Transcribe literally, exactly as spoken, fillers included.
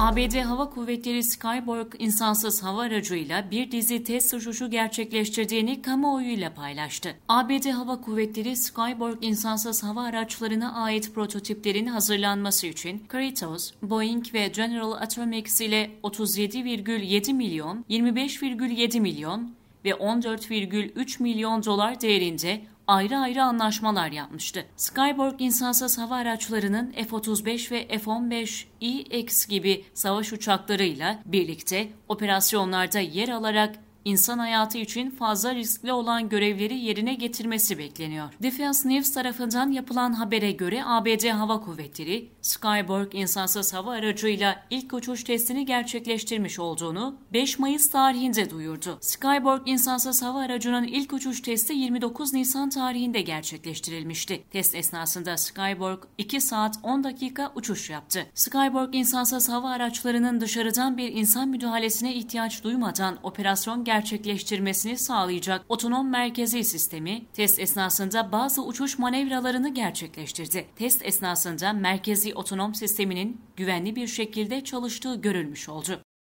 A B D Hava Kuvvetleri Skyborg insansız hava aracıyla bir dizi test uçuşu gerçekleştirdiğini kamuoyuyla paylaştı. A B D Hava Kuvvetleri Skyborg insansız hava araçlarına ait prototiplerin hazırlanması için Kratos, Boeing ve General Atomics ile otuz yedi virgül yedi milyon, yirmi beş virgül yedi milyon ve on dört virgül üç milyon dolar değerinde ayrı ayrı anlaşmalar yapmıştı. Skyborg insansız hava araçlarının F otuz beş ve F on beş E X gibi savaş uçaklarıyla birlikte operasyonlarda yer alarak İnsan hayatı için fazla riskli olan görevleri yerine getirmesi bekleniyor. Defense News tarafından yapılan habere göre A B D Hava Kuvvetleri, Skyborg insansız hava aracıyla ilk uçuş testini gerçekleştirmiş olduğunu beş Mayıs tarihinde duyurdu. Skyborg insansız hava aracının ilk uçuş testi yirmi dokuz Nisan tarihinde gerçekleştirilmişti. Test esnasında Skyborg iki saat on dakika uçuş yaptı. Skyborg insansız hava araçlarının dışarıdan bir insan müdahalesine ihtiyaç duymadan operasyon gerçekleştirilmişti. gerçekleştirmesini sağlayacak otonom merkezi sistemi test esnasında bazı uçuş manevralarını gerçekleştirdi. Test esnasında merkezi otonom sisteminin güvenli bir şekilde çalıştığı görülmüş oldu.